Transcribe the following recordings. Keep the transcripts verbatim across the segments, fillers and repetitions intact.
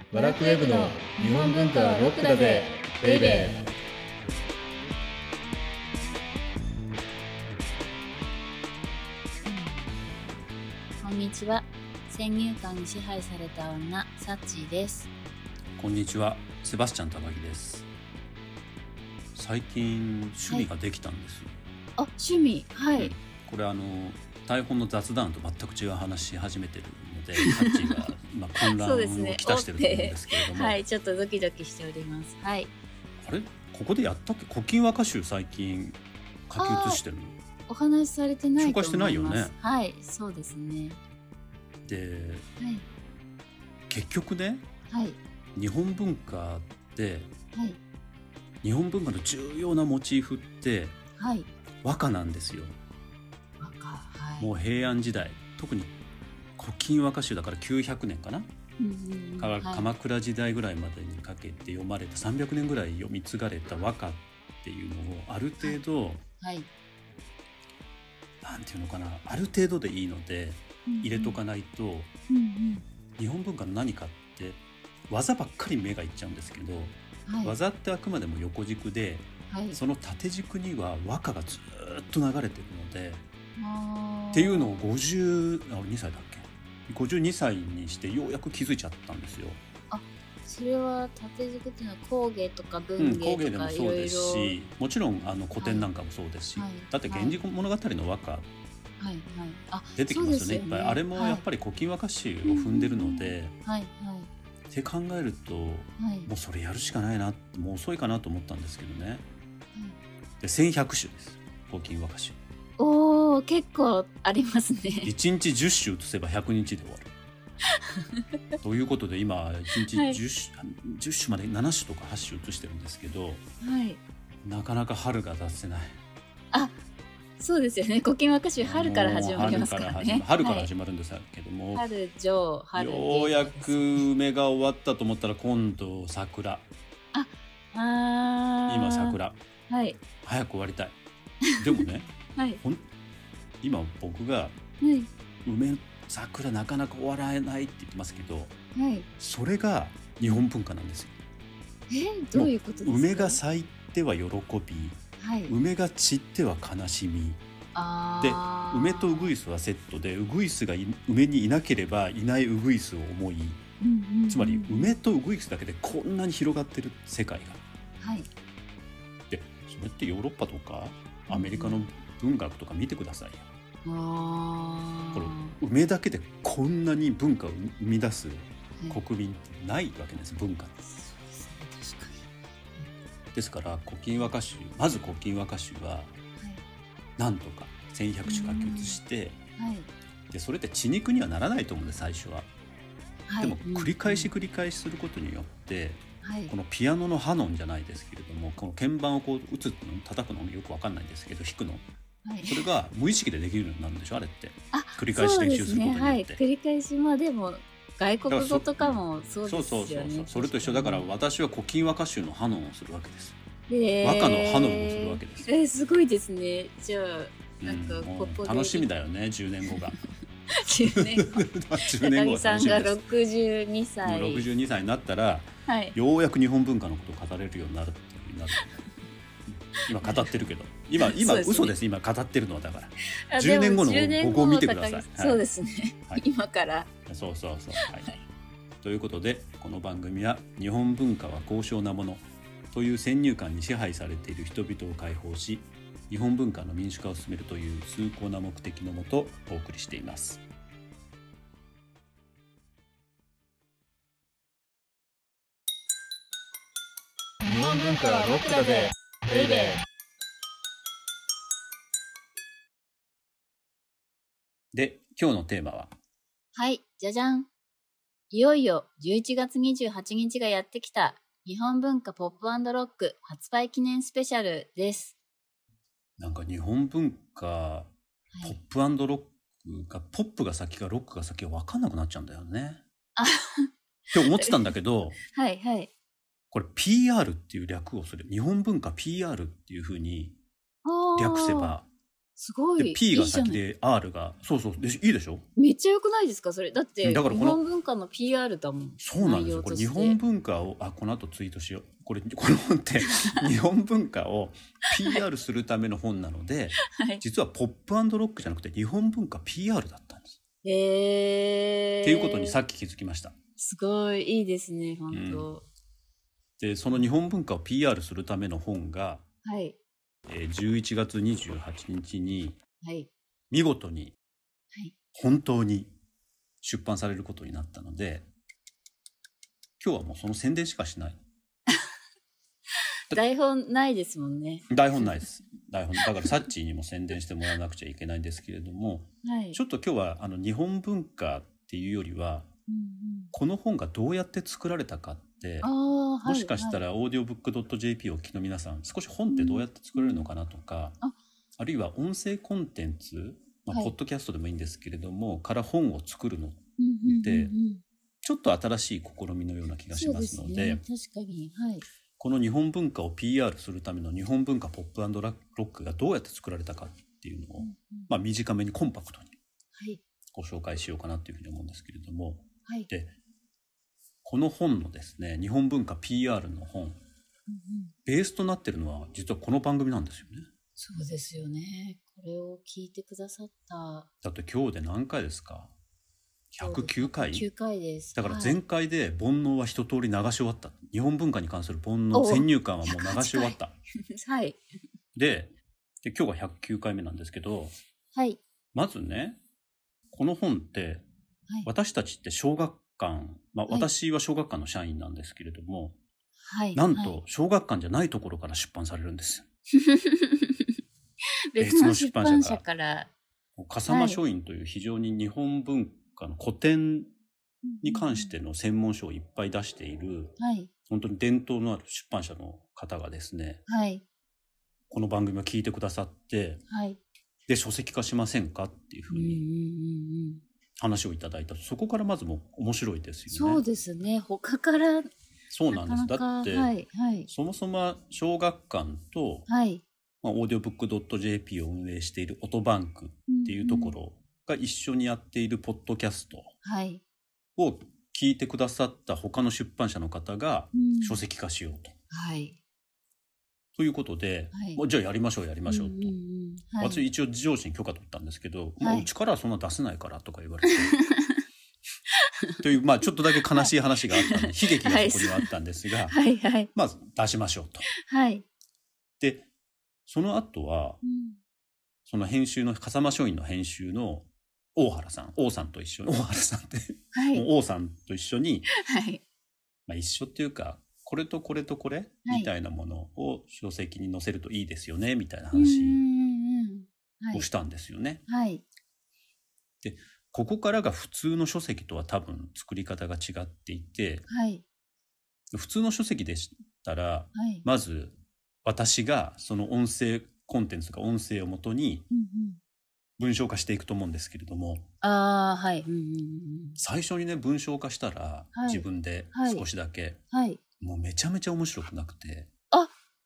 バラクウェブの日本文化はロックだぜベイベー。 こんにちは。先入観に支配された女サッチーです。 こんにちは、セバスチャン高木です。最近趣味ができたんですよ、 はい、あ、趣味、はい、うん、 これあの台本の雑談と全く違う話し始めてるのでサッチーが今混乱をきたしてると思うんですけれども、 はい、ちょっとドキドキしております。はい。 あれここでやったっけ？古今和歌集最近書き写してるのお話しされてないと思います。紹介してないよね。 はい、そうですね。 で、 はい、 結局ね、 はい、 日本文化で、 はい、 日本文化の重要なモチーフって、 はい、 和歌なんですよ。 和歌、はい、 もう平安時代、特に古今和歌集だからきゅうひゃくねんかな、 うんうんうん、 から鎌倉時代ぐらいまでにかけて読まれたさんびゃくねんぐらい読み継がれた和歌っていうのをある程度、 はいはい、 なんていうのかな、ある程度でいいので入れとかないと、うんうん、 日本文化の何かって技ばっかり目がいっちゃうんですけど、はい、技ってあくまでも横軸で、はい、その縦軸には和歌がずっと流れてるので、っていうのをごじゅうにさいだっけごじゅうにさいにしてようやく気づいちゃったんですよ。 あ、それは縦軸っていうのは工芸とか文芸とか、うん、工芸でもそうですし、 もちろんあの古典なんかもそうですし、はい、だって源氏物語の和歌、はいはい、あ、 出てきますよね、いっぱい。あれもやっぱり古今和歌集を踏んでるので、 はいはい、 って考えると、はい、もうそれやるしかないな、もう遅いかなと思ったんですけどね、はい、でせんひゃくしゅです古今和歌集。 おー、結構ありますね。 いちにちじゅっしゅ写せばひゃくにちで終わるということで今いちにち 10,、はい、じゅっしゅまでななしゅとかはっしゅ写してるんですけど、 はい、 なかなか春が出せない。 あ、そうですよね。古今和歌集春から始まりますからね。 春から始まるんですけども、 はい、春上春ようやく梅が終わったと思ったら今度桜。 ああ今桜、 はい、 早く終わりたい。でもね、 はい、 今僕が、はい、梅桜なかなか終わらないって言ってますけど、 はい、それが日本文化なんですよ。 えどういうことですか？ 梅が咲いては喜び、 はい、 梅が散っては悲しみで、梅とウグイスはセットで、ウグイスが梅にいなければいないウグイスを思い、 うんうんうん、 つまり梅とウグイスだけでこんなに広がってる世界が、 はい、 でそれってヨーロッパとかアメリカの文学とか見てくださいよ、うん、 あこれ梅だけでこんなに文化を生み出す国民ってないわけです、はい、文化です。 確かに。 ですから古今和歌集、まず古今和歌集は、はい、なんとかせんひゃくしゅ書き写して、はい、でそれって血肉にはならないと思うんです最初は、はい、でも繰り返し繰り返しすることによって、はい、このピアノのハノンじゃないですけれども、この鍵盤をこう打つの叩くのよく分かんないんですけど、弾くの、はい、それが無意識でできるようになるんでしょあれって。繰り返し練習することによって、 はい、繰り返し、まあでも外国語とかもそうですよね。 そうそうそうそう、それと一緒だから、私は古今和歌集のハノンをするわけです。 えー、 和歌のハノンをするわけです。 えー、すごいですね。じゃあなんかここで、 うん、楽しみだよねじゅうねんごがじゅうねんごじゅうねんごは楽しみです。 高木さんがろくじゅうにさいろくじゅうにさいになったら、はい、ようやく日本文化のことを語れるようになるっていうなる今語ってるけど、今今です、ね、嘘です。今語ってるのはだからじゅうねんごのここを見てください、はい、 そうですね、はい、今からそうそうそう、はいはい、ということでこの番組は日本文化は高尚なものという先入観に支配されている人々を解放し、日本文化の民主化を進めるという崇高な目的のもとお送りしています。 日本文化はロックだぜベイベー。 で、今日のテーマは、 はい、じゃじゃん。いよいよじゅういちがつにじゅうはちにちがやってきた日本文化ポップ&ロック発売記念スペシャルです。 なんか日本文化、はい、ポップ&ロックが、ポップが先かロックが先か分かんなくなっちゃうんだよねって思ってたんだけどはいはい、 これ ピーアール っていう略をする、日本文化 ピーアール っていう風に略せばすごい。 で P が先いいで R がそうそうでいいでしょ。 めっちゃ良くないですかそれ。だってだからこの日本文化の ピーアール だもん。 そうなんですよ。これ日本文化をあこの後ツイートしよう。これこの本って日本文化を ピーアール するための本なので、はい、実はポップ&ロックじゃなくて日本文化 ピーアール だったんです。 へー。 っていうことにさっき気づきました。 すごいいいですね本当、うん、 でその日本文化を ピーアール するための本が、 はいえー、じゅういちがつにじゅうはちにちに、 はい、 見事に、はい、本当に出版されることになったので今日はもうその宣伝しかしない台本ないですもんね。 台本ないです台本だからサッチーにも宣伝してもらわなくちゃいけないんですけれども、はい、ちょっと今日はあの日本文化っていうよりは、うんうん、この本がどうやって作られたかってもしかしたら オーディオブックドットジェーピー をお聞きの皆さん少し本ってどうやって作られるのかなとか、うん、あ, あるいは音声コンテンツ、まあはい、ポッドキャストでもいいんですけれどもから本を作るのって、うんうんうんうん、ちょっと新しい試みのような気がしますの で, で、ね、 確かに、はい、 この日本文化を ピーアール するための日本文化ポップ&ロックがどうやって作られたかっていうのを、うんうんまあ、短めにコンパクトにご紹介しようかなというふうに思うんですけれども、はい、でこの本のですね日本文化 ピーアール の本、うんうん、ベースとなっているのは実はこの番組なんですよね。 そうですよね。これを聞いてくださっただって今日で何回ですか。ひゃくきゅうかい。 ひゃくきゅうかいです。 だから前回で煩悩は一通り流し終わった、はい、日本文化に関する煩悩先入観はもう流し終わったはいで, で今日がひゃくきゅうかいめなんですけど、 はい、まずねこの本って、はい、私たちって小学館、まあ、私は小学館の社員なんですけれども、はい、なんと小学館じゃないところから出版されるんです。 別の出版社から笠間書院という非常に日本文化の古典に関しての専門書をいっぱい出している、はい、本当に伝統のある出版社の方がですね、はい、この番組を聞いてくださって、はい、で書籍化しませんかっていうふうに話をいただいた。そこからまずもう面白いですよね。 そうですね。他からそうなんです。 なかなかだって、 はいはい、 そもそも小学館と、はいまあ、オーディオブックドットジェーピー を運営しているオトバンクっていうところが一緒にやっているポッドキャストを聞いてくださった他の出版社の方が書籍化しようと、はい、ということで、はい、じゃあやりましょうやりましょうと、うんうんうんはい、私一応上司に許可取ったんですけど、はい、もううちからはそんな出せないからとか言われてという、まあ、ちょっとだけ悲しい話があったんで、はい、悲劇がそこにはあったんですが、はいはい、まず出しましょうと、はい、でその後は、うん、その編集の笠間書院の編集の大原さん王さんと一緒に大原さんって、はい、もう王さんと一緒に、はいまあ、一緒っていうかこれとこれとこれ、はい、みたいなものを書籍に載せるといいですよねみたいな話をしたんですよね、はい、でここからが普通の書籍とは多分作り方が違っていて、はい、普通の書籍でしたら、はい、まず私がその音声コンテンツとか音声をもとに文章化していくと思うんですけれども、 あ、はいうんうんうん、 最初にね文章化したら、はい、自分で少しだけ、はい、もうめちゃめちゃ面白くなくて、あ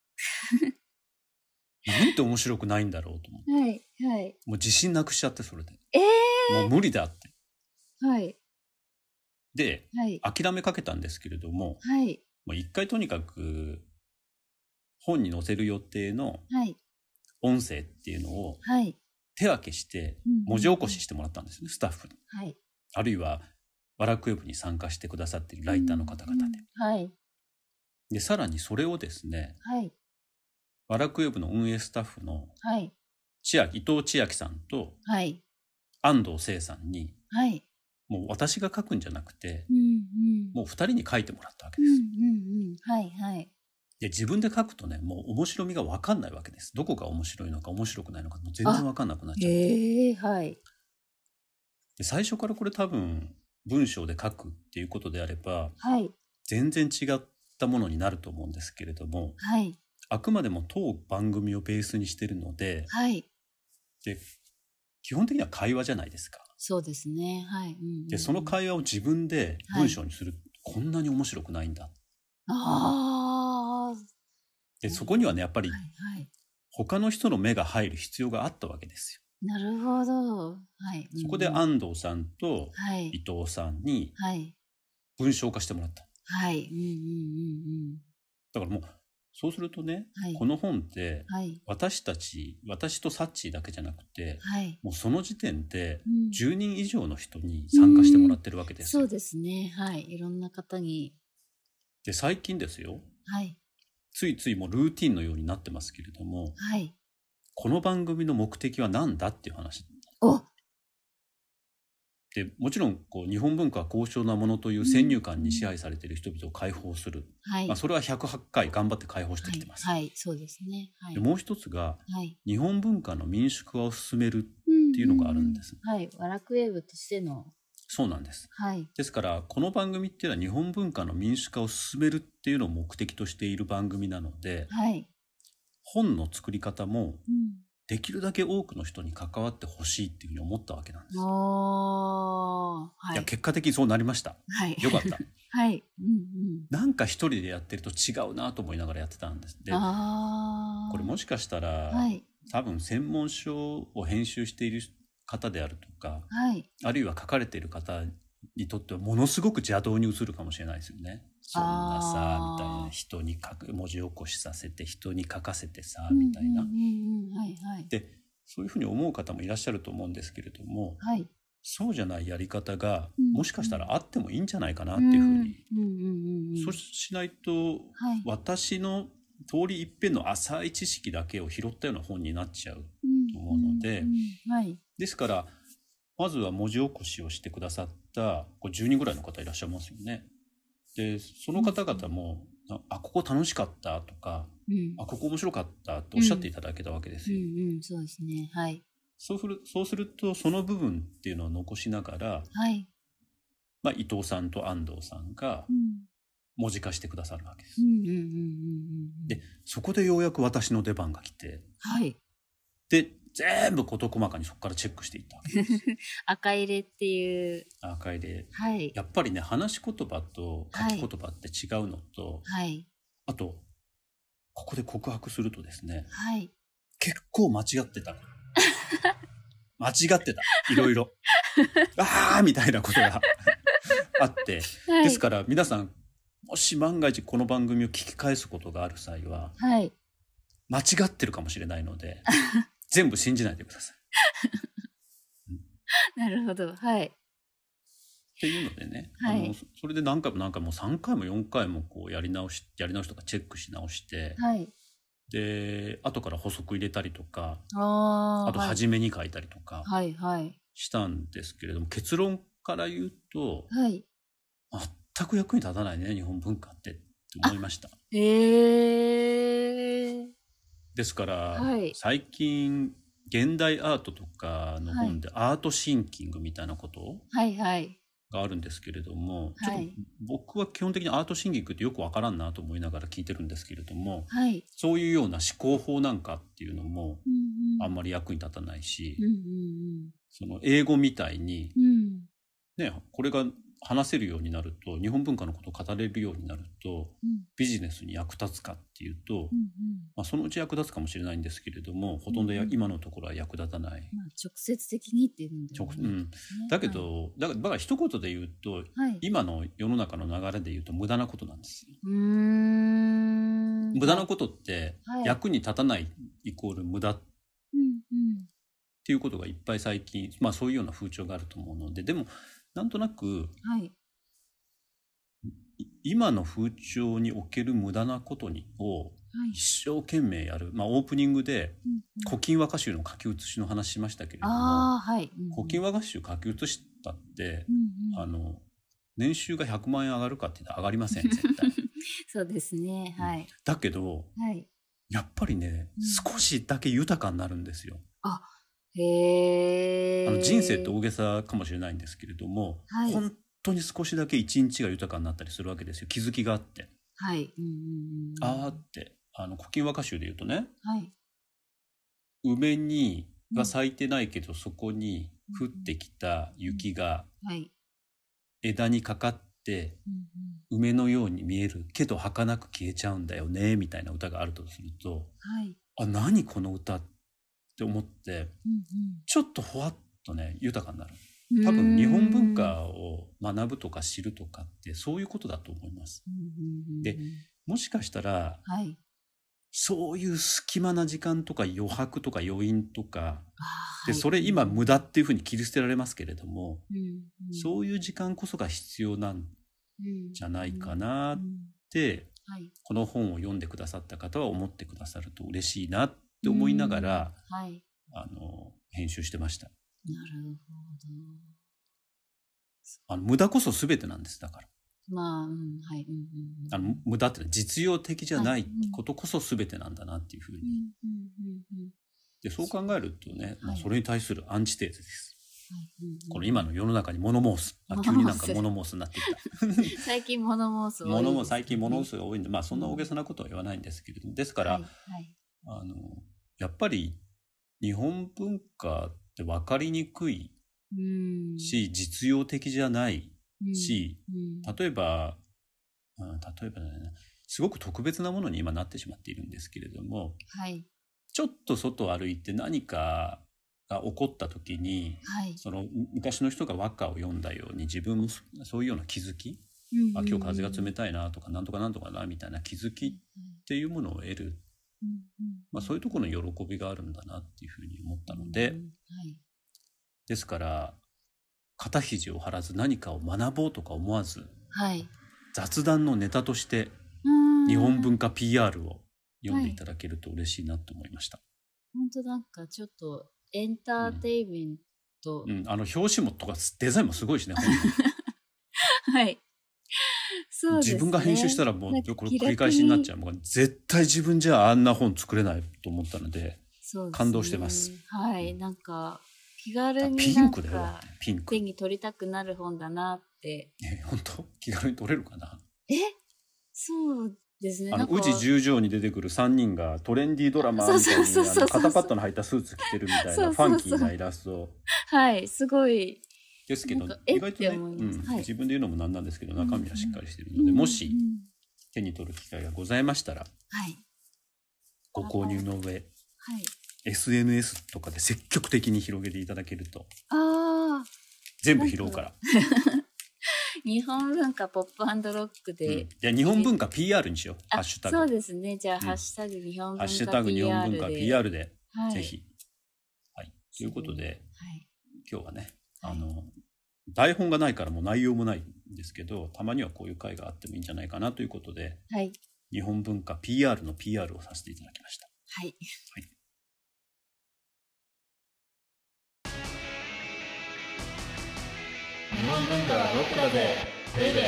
なんて面白くないんだろうと思って、はいはい、もう自信なくしちゃって、それで、えー、もう無理だって、はい、で、はい、諦めかけたんですけれども、はい、もう一回とにかく本に載せる予定の音声っていうのを手分けして文字起こししてもらったんですね、スタッフに、はい、あるいはワラクウェブに参加してくださっているライターの方々で、うんうんはい、でさらにそれをですね、はい、ワラクウェブの運営スタッフの千秋、伊藤千秋さんと安藤聖さんに、はい、もう私が書くんじゃなくて、うんうん、もうふたりに書いてもらったわけです、うんうんうんはいはい、で自分で書くとねもう面白みが分かんないわけです。どこが面白いのか面白くないのかもう全然分かんなくなっちゃって、えーはい、で最初からこれ多分文章で書くっていうことであれば、はい、全然違ったものになると思うんですけれども、はい、あくまでも当番組をベースにしているので、はい、で基本的には会話じゃないですか。 そうですね、はいうんうん、 でその会話を自分で文章にする、はい、こんなに面白くないんだ。あでそこにはねやっぱり他の人の目が入る必要があったわけですよ。なるほど。はい。 そこで安藤さんと伊藤さんに文章化してもらった。 はい。うんうんうんうん。 だからもうそうするとね、 はい、 この本って、 はい、 私たち私とサッチーだけじゃなくて、 はい、 もうその時点でじゅうにん以上の人に参加してもらってるわけですよ。 うん、そうですね。はい。いろんな方に。 で最近ですよ、 はい、 ついついもうルーティンのようになってますけれども、 はい、 この番組の目的は何だっていう話。 おでもちろんこう日本文化は高尚なものという先入観に支配されている人々を解放する、 はい、 まあ、それはひゃくはちかい頑張って解放してきてます。 はい、はい、そうですね。はい、 でもう一つが、 はい、 日本文化の民主化を進めるっていうのがあるんです。 うんうんうん、はい、ワラクウェーブとしての。 そうなんです、 はい、 ですからこの番組っていうのは日本文化の民主化を進めるっていうのを目的としている番組なので、 はい、 本の作り方も、 うんできるだけ多くの人に関わってほしいっていうふうに思ったわけなんです。 おー、はい、 いや結果的にそうなりました。 はい、 よかった。 はい、うんうん、 なんか一人でやってると違うなと思いながらやってたんです。で、 あこれもしかしたら、 はい、 多分専門書を編集している方であるとか、 はい、 あるいは書かれている方にとってはものすごく邪道に映るかもしれないですよね。そんなさみたいな、人に書く文字起こしさせて人に書かせてさみたいな、でそういうふうに思う方もいらっしゃると思うんですけれども、 はい、 そうじゃないやり方が、 うん、 もしかしたらあってもいいんじゃないかなっていうふうに、 うんうんうんうん、 そうしないと、 はい、 私の通り一遍の浅い知識だけを拾ったような本になっちゃうと思うので、 うんうんうんはい、ですからまずは文字起こしをしてくださったこれじゅうにんぐらいの方いらっしゃいますよね。でその方々も、うん、あここ楽しかったとか、うん、あここ面白かったっておっしゃっていただけたわけですよ。 うんうんうん、そうですね、はい、 そうする、そうするとその部分っていうのを残しながら、 はいまあ、伊藤さんと安藤さんが文字化してくださるわけです。でそこでようやく私の出番が来て、 はい、 で全部事細かにそこからチェックしていったわけです。 赤入れっていう赤入れ、 はい、 やっぱりね話し言葉と書き言葉って違うのと、 はい、あとここで告白するとですね、 はい、 結構間違ってた間違ってたいろいろあーみたいなことがあって、はい、ですから皆さんもし万が一この番組を聞き返すことがある際は、 はい、 間違ってるかもしれないので全部信じないでください、うん、 なるほど、はい。 っていうのでね、 はい、 あのそれで何回も何回もさんかいもよんかいもこうやり直しやり直しとかチェックし直して、 はい、 で後から補足入れたりとか、 ああと初めに書いたりとかしたんですけれども、 はいはい、 結論から言うと、 はい、 全く役に立たないね日本文化ってって思いました。 へー。 ですから、 はい、 最近現代アートとかの本でアートシンキングみたいなことがあるんですけれども、はいはい、ちょっと僕は基本的にアートシンキングってよくわからんなと思いながら聞いてるんですけれども、 はい、 そういうような思考法なんかっていうのもあんまり役に立たないし、うんうんうん、その英語みたいに、うんね、これが話せるようになると日本文化のことを語れるようになると、うん、ビジネスに役立つかっていうと、うんうんまあ、そのうち役立つかもしれないんですけれども、ほとんどや、うん、今のところは役立たない、 まあ、直接的にっていうんだよね、 うん、だけど、はい、だからだから一言で言うと、はい、今の世の中の流れで言うと無駄なことなんですよ。うーん無駄なことって役に立たないイコール無駄っていうことがいっぱい最近、まあ、そういうような風潮があると思うので、でもなんとなく、はい、今の風潮における無駄なことにを一生懸命やる、まあ、オープニングで「古今和歌集」の書き写しの話しましたけれども、はいうんうん、古今和歌集書き写したって、うんうん、あの年収がひゃくまんえん上がるかって言ったら上がりません絶対そうですね、はい、 だけど、はい、やっぱりね、うん、少しだけ豊かになるんですよ。あへあの人生って大げさかもしれないんですけれども、はい、本当に少しだけ一日が豊かになったりするわけですよ。気づきがあって、はいうんうんうん、あーってあの古今和歌集で言うとね、はい、梅にが咲いてないけど、うん、そこに降ってきた雪が枝にかかって、うんうん、梅のように見えるけど儚く消えちゃうんだよねみたいな歌があるとすると、はい、 あ、何この歌って思って、 うんうん、 ちょっとほわっとね豊かになる。多分日本文化を学ぶとか知るとかってそういうことだと思います。で、もしかしたら、はい、そういう隙間な時間とか余白とか余韻とかで、それ今無駄っていうふうに切り捨てられますけれども、うんうん、そういう時間こそが必要なんじゃないかなって、うんうんはい、この本を読んでくださった方は思ってくださると嬉しいなって思いながら、うんはい、あの編集してました。 なるほど。 あの無駄こそ全てなんです。だからまあ、うんはいうんうん、 あの無駄って実用的じゃないことこそ全てなんだなっていうふうに、でそう考えるとね、まあ、それに対するアンチテーゼです、はいうんうん、この今の世の中にモノモース、あ急になんかモノモースになってきた最近モノモース多いです、ね、モノ最近モノモースが多いんで、まあそんな大げさなことは言わないんですけれども、ですから、はいはい、あのやっぱり日本文化って分かりにくいし、実用的じゃないし、うんうん、例えば、うん、例えばね、すごく特別なものに今なってしまっているんですけれども、はい、ちょっと外を歩いて何かが起こった時に、はい、その昔の人が和歌を読んだように自分もそういうような気づき、うんうんうん、あ今日風が冷たいなとかなんとかなんとかなみたいな気づきっていうものを得る、うんうんまあ、そういうところの喜びがあるんだなっていうふうに思ったので、うんうんはい、ですから肩肘を張らず何かを学ぼうとか思わず、はい、雑談のネタとして日本文化 ピーアール を読んでいただけると嬉しいなと思いました。はい、 本当なんかちょっとエンターテイメント、 うんうん、あの表紙もとかデザインもすごいしねはいそうですね、 自分が編集したらもうこれ繰り返しになっちゃう。もう絶対自分じゃあんな本作れないと思ったので、そうですね、感動してます。 はい、なんか気軽になんか手に取りたくなる本だなって。 え、本当？気軽に取れるかな？ え、そうですね。 あの宇治十条に出てくるさんにんがトレンディードラマーみたいに肩パッドの入ったスーツ着てるみたいなファンキーなイラスト。 はい、すごい。 ですけど意外とね、うんはい、自分で言うのもなんなんですけど中身はしっかりしているので、うん、もし手に取る機会がございましたら、はい、ご購入の上。はいエスエヌエス とかで積極的に広げていただけると、あ全部拾うから日本文化ポップ&ロックで、うん、 いや日本文化 ピーアール にしよう。ハッシュタグそうですね。じゃあ、うん、ハッシュタグ日本文化 ピーアール でハッシュタグ日本文化 ピーアール で、はい、ぜひ、はい、ということで、はい、今日はねあの、はい、台本がないからもう内容もないんですけどたまにはこういう会があってもいいんじゃないかなということで、はい、日本文化 ピーアール の ピーアール をさせていただきました。はい、はい日本文化はロックだぜベイベー。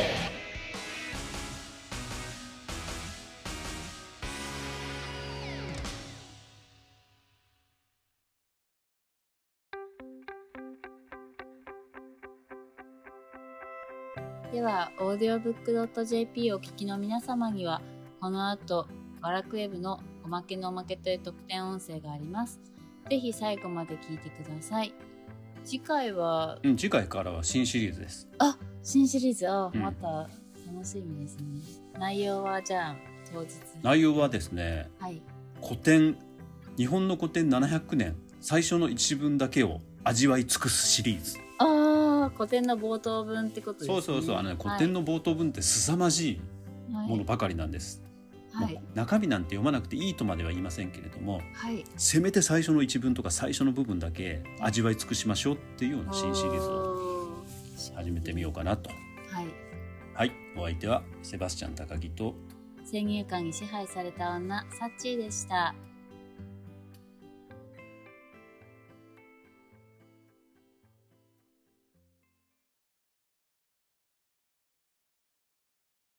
ではオーディオブックドットジェーピー をお聞きの皆様にはこの後ワラクウェブのおまけのおまけという特典音声があります。ぜひ最後まで聞いてください。次回は、 うん、次回からは新シリーズです。 あ、新シリーズ、あ、うん、また楽しみですね。内容はじゃあ当日。 内容はですね、はい、古典日本の古典ななひゃくねん最初の一文だけを味わい尽くすシリーズ。 ああ、古典の冒頭文ってことですね。 そうそうそう、あの、ね、古典の冒頭文って凄まじいものばかりなんです。はいはい、中身なんて読まなくていいとまでは言いませんけれども、はい、せめて最初の一文とか最初の部分だけ味わい尽くしましょうっていうような新シリーズを始めてみようかなと。はい、はい、お相手はセバスチャン高木と先入観に支配された女サッチーでした。